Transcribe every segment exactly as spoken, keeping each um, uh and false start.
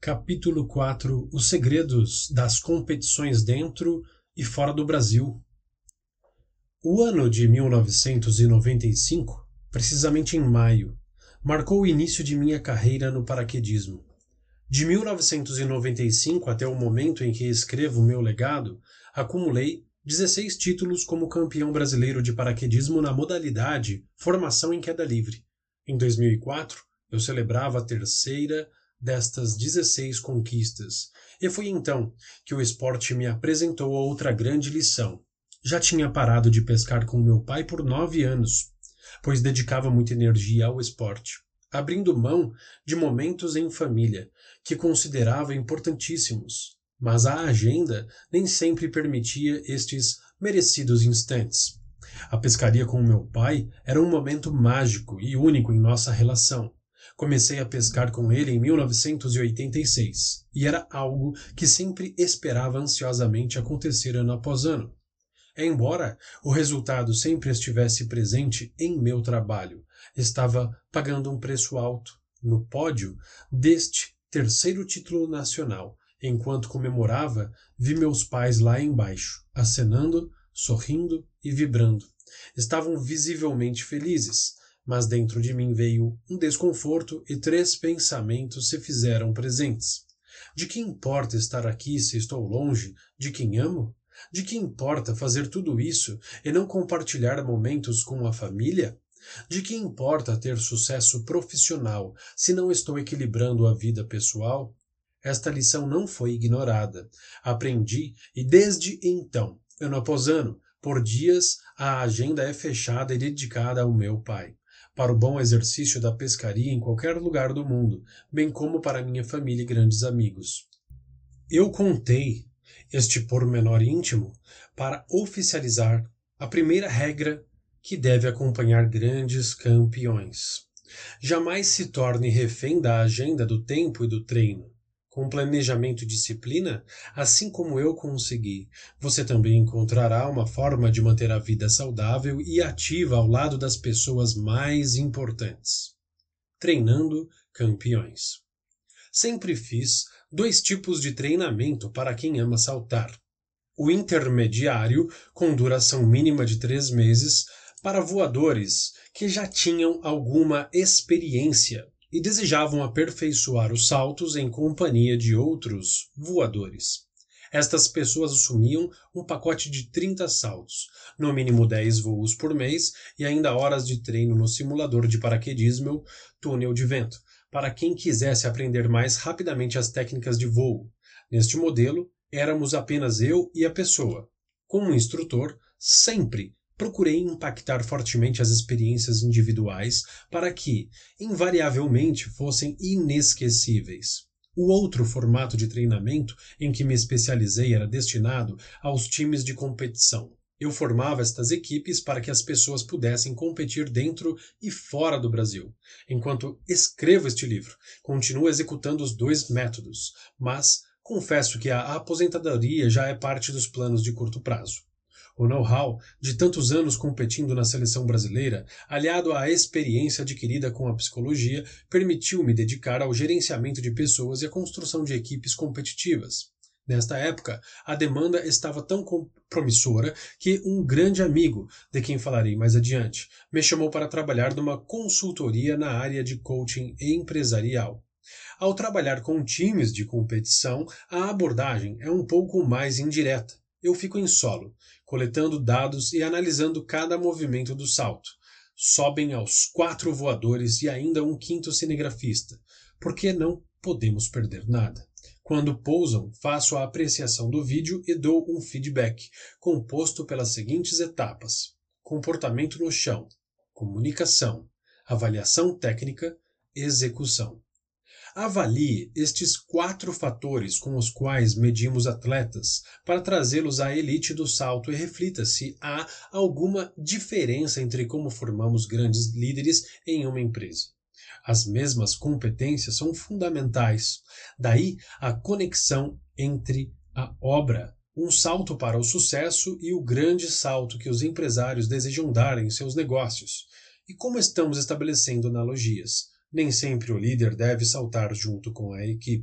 Capítulo quatro. Os segredos das competições dentro e fora do Brasil. O ano de mil novecentos e noventa e cinco, precisamente em maio, marcou o início de minha carreira no paraquedismo. De mil novecentos e noventa e cinco até o momento em que escrevo meu legado, acumulei dezesseis títulos como campeão brasileiro de paraquedismo na modalidade Formação em Queda Livre. Em dois mil e quatro, eu celebrava a terceira destas dezesseis conquistas, e foi então que o esporte me apresentou outra grande lição. Já tinha parado de pescar com meu pai por nove anos, pois dedicava muita energia ao esporte, abrindo mão de momentos em família, que considerava importantíssimos, mas a agenda nem sempre permitia estes merecidos instantes. A pescaria com meu pai era um momento mágico e único em nossa relação. Comecei a pescar com ele em mil novecentos e oitenta e seis, e era algo que sempre esperava ansiosamente acontecer ano após ano. Embora o resultado sempre estivesse presente em meu trabalho, estava pagando um preço alto no pódio deste terceiro título nacional. Enquanto comemorava, vi meus pais lá embaixo, acenando, sorrindo e vibrando. Estavam visivelmente felizes, mas dentro de mim veio um desconforto e três pensamentos se fizeram presentes. De que importa estar aqui se estou longe de quem amo? De que importa fazer tudo isso e não compartilhar momentos com a família? De que importa ter sucesso profissional se não estou equilibrando a vida pessoal? Esta lição não foi ignorada. Aprendi e desde então, ano após ano, por dias, a agenda é fechada e dedicada ao meu pai, para o bom exercício da pescaria em qualquer lugar do mundo, bem como para minha família e grandes amigos. Eu contei este pormenor íntimo para oficializar a primeira regra que deve acompanhar grandes campeões. Jamais se torne refém da agenda do tempo e do treino. Com planejamento e disciplina, assim como eu consegui, você também encontrará uma forma de manter a vida saudável e ativa ao lado das pessoas mais importantes. Treinando campeões. Sempre fiz dois tipos de treinamento para quem ama saltar. O intermediário, com duração mínima de três meses, para voadores que já tinham alguma experiência e desejavam aperfeiçoar os saltos em companhia de outros voadores. Estas pessoas assumiam um pacote de trinta saltos, no mínimo dez voos por mês e ainda horas de treino no simulador de paraquedismo, túnel de vento, para quem quisesse aprender mais rapidamente as técnicas de voo. Neste modelo, éramos apenas eu e a pessoa. Como instrutor, sempre procurei impactar fortemente as experiências individuais para que, invariavelmente, fossem inesquecíveis. O outro formato de treinamento em que me especializei era destinado aos times de competição. Eu formava estas equipes para que as pessoas pudessem competir dentro e fora do Brasil. Enquanto escrevo este livro, continuo executando os dois métodos, mas confesso que a aposentadoria já é parte dos planos de curto prazo. O know-how de tantos anos competindo na seleção brasileira, aliado à experiência adquirida com a psicologia, permitiu me dedicar ao gerenciamento de pessoas e à construção de equipes competitivas. Nesta época, a demanda estava tão promissora que um grande amigo, de quem falarei mais adiante, me chamou para trabalhar numa consultoria na área de coaching empresarial. Ao trabalhar com times de competição, a abordagem é um pouco mais indireta. Eu fico em solo, coletando dados e analisando cada movimento do salto. Sobem aos quatro voadores e ainda um quinto cinegrafista, porque não podemos perder nada. Quando pousam, faço a apreciação do vídeo e dou um feedback, composto pelas seguintes etapas: comportamento no chão, comunicação, avaliação técnica, execução. Avalie estes quatro fatores com os quais medimos atletas para trazê-los à elite do salto e reflita se há alguma diferença entre como formamos grandes líderes em uma empresa. As mesmas competências são fundamentais, daí a conexão entre a obra, um salto para o sucesso e o grande salto que os empresários desejam dar em seus negócios. E como estamos estabelecendo analogias? Nem sempre o líder deve saltar junto com a equipe.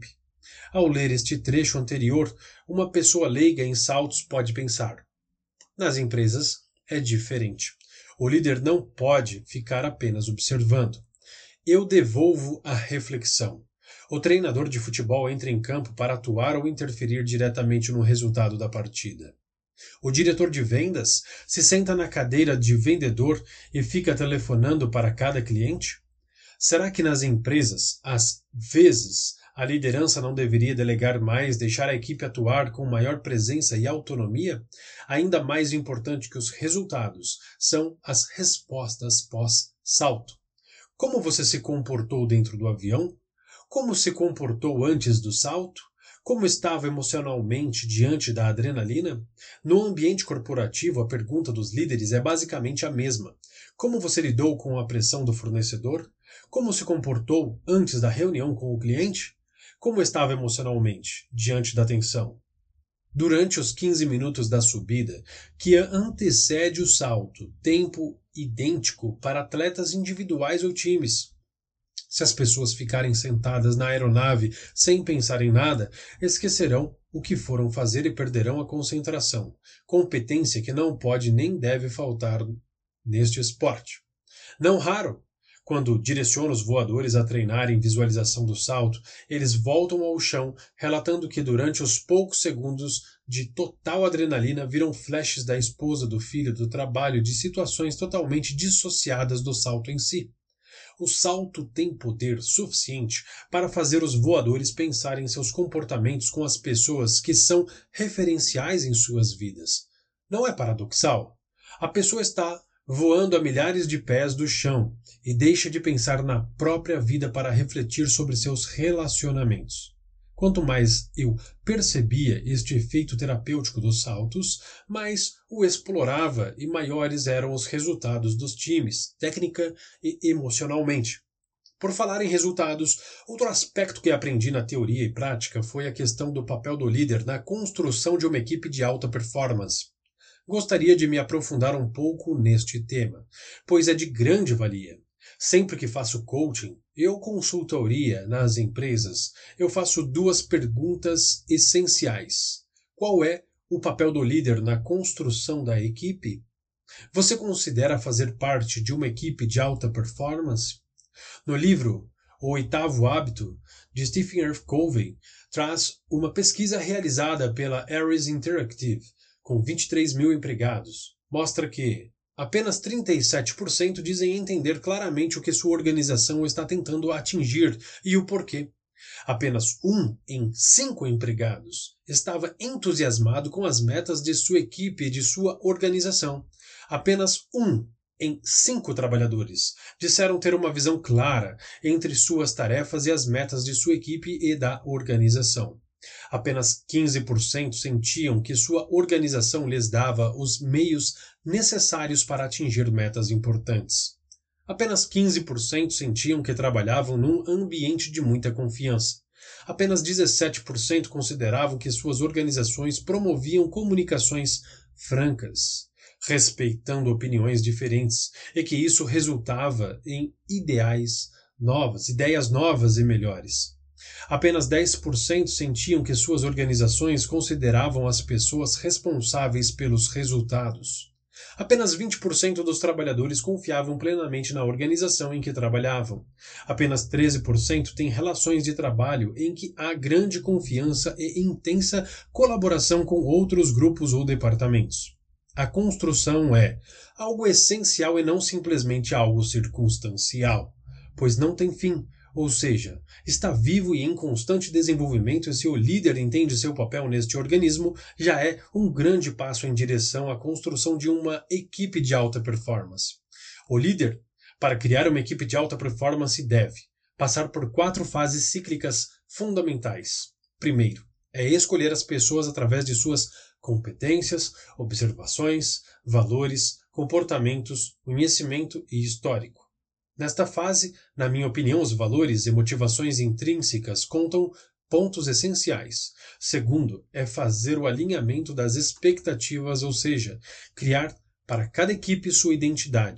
Ao ler este trecho anterior, uma pessoa leiga em saltos pode pensar: nas empresas é diferente. O líder não pode ficar apenas observando. Eu devolvo a reflexão. O treinador de futebol entra em campo para atuar ou interferir diretamente no resultado da partida. O diretor de vendas se senta na cadeira de vendedor e fica telefonando para cada cliente? Será que nas empresas, às vezes, a liderança não deveria delegar mais, deixar a equipe atuar com maior presença e autonomia? Ainda mais importante que os resultados são as respostas pós-salto. Como você se comportou dentro do avião? Como se comportou antes do salto? Como estava emocionalmente diante da adrenalina? No ambiente corporativo, a pergunta dos líderes é basicamente a mesma. Como você lidou com a pressão do fornecedor? Como se comportou antes da reunião com o cliente? Como estava emocionalmente diante da tensão? Durante os quinze minutos da subida, que antecede o salto, tempo idêntico para atletas individuais ou times. Se as pessoas ficarem sentadas na aeronave sem pensar em nada, esquecerão o que foram fazer e perderão a concentração, competência que não pode nem deve faltar neste esporte. Não raro, quando direciono os voadores a treinarem visualização do salto, eles voltam ao chão, relatando que durante os poucos segundos de total adrenalina viram flashes da esposa, do filho, do trabalho, de situações totalmente dissociadas do salto em si. O salto tem poder suficiente para fazer os voadores pensarem em seus comportamentos com as pessoas que são referenciais em suas vidas. Não é paradoxal? A pessoa está voando a milhares de pés do chão e deixa de pensar na própria vida para refletir sobre seus relacionamentos. Quanto mais eu percebia este efeito terapêutico dos saltos, mais o explorava e maiores eram os resultados dos times, técnica e emocionalmente. Por falar em resultados, outro aspecto que aprendi na teoria e prática foi a questão do papel do líder na construção de uma equipe de alta performance. Gostaria de me aprofundar um pouco neste tema, pois é de grande valia. Sempre que faço coaching ou consultoria nas empresas, eu faço duas perguntas essenciais. Qual é o papel do líder na construção da equipe? Você considera fazer parte de uma equipe de alta performance? No livro O Oitavo Hábito, de Stephen R. Covey, traz uma pesquisa realizada pela Ares Interactive, com vinte e três mil empregados. Mostra que apenas trinta e sete por cento dizem entender claramente o que sua organização está tentando atingir e o porquê. Apenas um em cinco empregados estava entusiasmado com as metas de sua equipe e de sua organização. Apenas um em cinco trabalhadores disseram ter uma visão clara entre suas tarefas e as metas de sua equipe e da organização. Apenas quinze por cento sentiam que sua organização lhes dava os meios necessários para atingir metas importantes. Apenas quinze por cento sentiam que trabalhavam num ambiente de muita confiança. Apenas dezessete por cento consideravam que suas organizações promoviam comunicações francas, respeitando opiniões diferentes, e que isso resultava em ideais novas, ideias novas e melhores. Apenas dez por cento sentiam que suas organizações consideravam as pessoas responsáveis pelos resultados. Apenas vinte por cento dos trabalhadores confiavam plenamente na organização em que trabalhavam. Apenas treze por cento têm relações de trabalho em que há grande confiança e intensa colaboração com outros grupos ou departamentos. A construção é algo essencial e não simplesmente algo circunstancial, pois não tem fim. Ou seja, está vivo e em constante desenvolvimento e se o líder entende seu papel neste organismo, já é um grande passo em direção à construção de uma equipe de alta performance. O líder, para criar uma equipe de alta performance, deve passar por quatro fases cíclicas fundamentais. Primeiro, é escolher as pessoas através de suas competências, observações, valores, comportamentos, conhecimento e histórico. Nesta fase, na minha opinião, os valores e motivações intrínsecas contam pontos essenciais. Segundo, é fazer o alinhamento das expectativas, ou seja, criar para cada equipe sua identidade.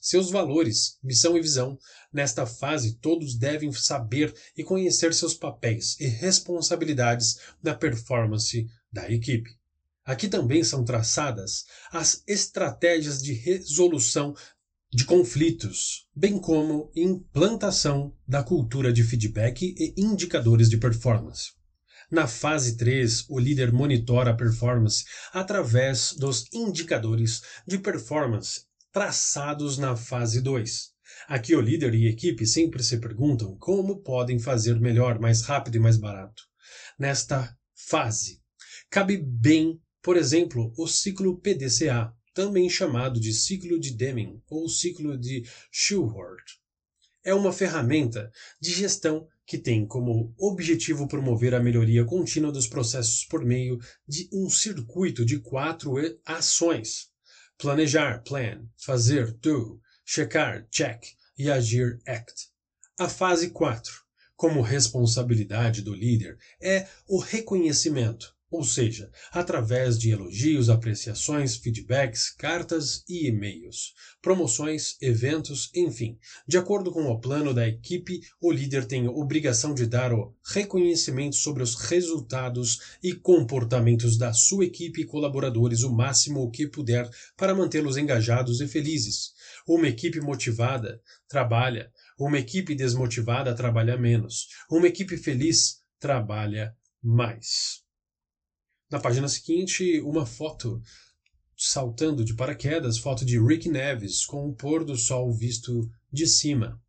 seus valores, missão e visão. Nesta fase, todos devem saber e conhecer seus papéis e responsabilidades na performance da equipe. Aqui também são traçadas as estratégias de resolução de conflitos, bem como implantação da cultura de feedback e indicadores de performance. Na fase três, o líder monitora a performance através dos indicadores de performance traçados na fase dois. Aqui o líder e a equipe sempre se perguntam como podem fazer melhor, mais rápido e mais barato. Nesta fase, cabe bem, por exemplo, o ciclo P D C A, também chamado de ciclo de Deming ou ciclo de Shewhart. É uma ferramenta de gestão que tem como objetivo promover a melhoria contínua dos processos por meio de um circuito de quatro ações: planejar, plan, fazer, do, checar, check e agir, act. A fase quatro, como responsabilidade do líder, é o reconhecimento, ou seja, através de elogios, apreciações, feedbacks, cartas e e-mails, promoções, eventos, enfim. De acordo com o plano da equipe, o líder tem a obrigação de dar o reconhecimento sobre os resultados e comportamentos da sua equipe e colaboradores o máximo que puder para mantê-los engajados e felizes. Uma equipe motivada trabalha, uma equipe desmotivada trabalha menos, uma equipe feliz trabalha mais. Na página seguinte, uma foto saltando de paraquedas, foto de Rick Neves com o pôr do sol visto de cima.